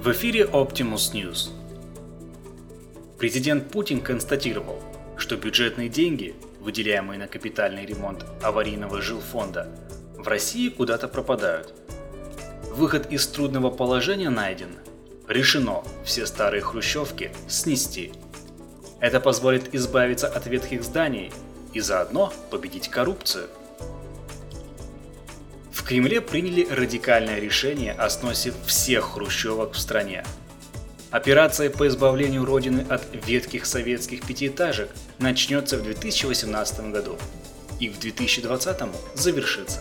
В эфире Optimus News. Президент Путин констатировал, что бюджетные деньги, выделяемые на капитальный ремонт аварийного жилфонда, в России куда-то пропадают. Выход из трудного положения найден. Решено все старые хрущевки снести. Это позволит избавиться от ветхих зданий и заодно победить коррупцию. В Кремле приняли радикальное решение о сносе всех хрущевок в стране. Операция по избавлению Родины от ветхих советских пятиэтажек начнется в 2018 году и в 2020 завершится.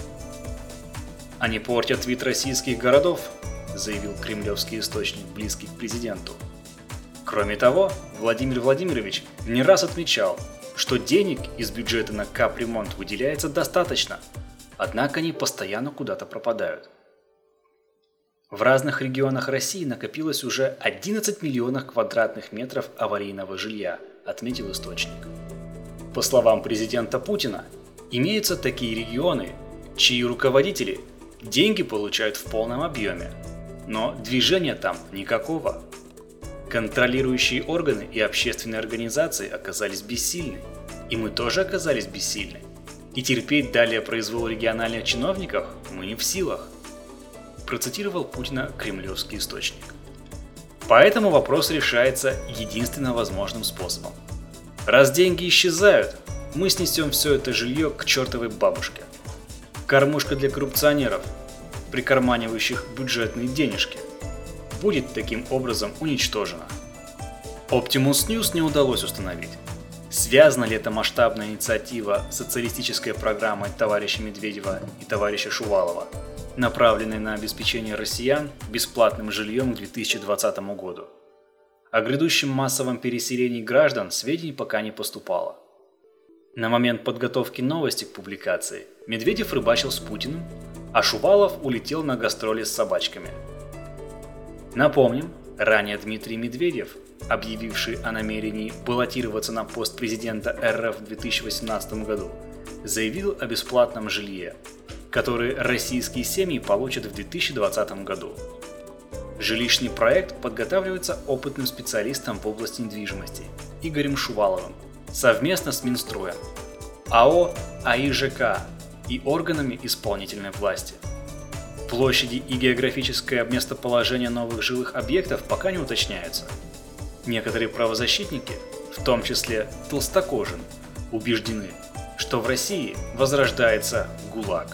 «Они портят вид российских городов», заявил кремлевский источник, близкий к президенту. Кроме того, Владимир Владимирович не раз отмечал, что денег из бюджета на капремонт выделяется достаточно, однако они постоянно куда-то пропадают. В разных регионах России накопилось уже 11 миллионов квадратных метров аварийного жилья, отметил источник. По словам президента Путина, имеются такие регионы, чьи руководители деньги получают в полном объеме, но движения там никакого. Контролирующие органы и общественные организации оказались бессильны, и мы тоже оказались бессильны. И терпеть далее произвол региональных чиновников мы не в силах, процитировал Путина кремлевский источник. Поэтому вопрос решается единственно возможным способом. Раз деньги исчезают, мы снесем все это жилье к чертовой бабушке. Кормушка для коррупционеров, прикарманивающих бюджетные денежки, будет таким образом уничтожена. Optimus News не удалось установить, связана ли эта масштабная инициатива с социалистической программой товарища Медведева и товарища Шувалова, направленной на обеспечение россиян бесплатным жильем к 2020 году. О грядущем массовом переселении граждан сведений пока не поступало. На момент подготовки новости к публикации Медведев рыбачил с Путиным, а Шувалов улетел на гастроли с собачками. Напомним, ранее Дмитрий Медведев, объявивший о намерении баллотироваться на пост президента РФ в 2018 году, заявил о бесплатном жилье, которое российские семьи получат в 2020 году. Жилищный проект подготавливается опытным специалистом в области недвижимости Игорем Шуваловым совместно с Минстроем, АО «АИЖК» и органами исполнительной власти. Площади и географическое местоположение новых жилых объектов пока не уточняются. Некоторые правозащитники, в том числе Толстокожин, убеждены, что в России возрождается ГУЛАГ.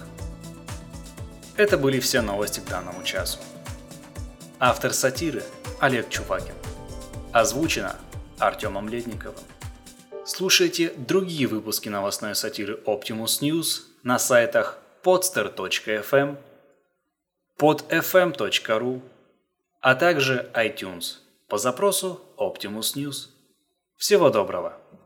Это были все новости к данному часу. Автор сатиры Олег Чувакин. Озвучено Артемом Ледниковым. Слушайте другие выпуски новостной сатиры Optimus News на сайтах podster.fm, podfm.ru, а также iTunes по запросу Optimus News. Всего доброго!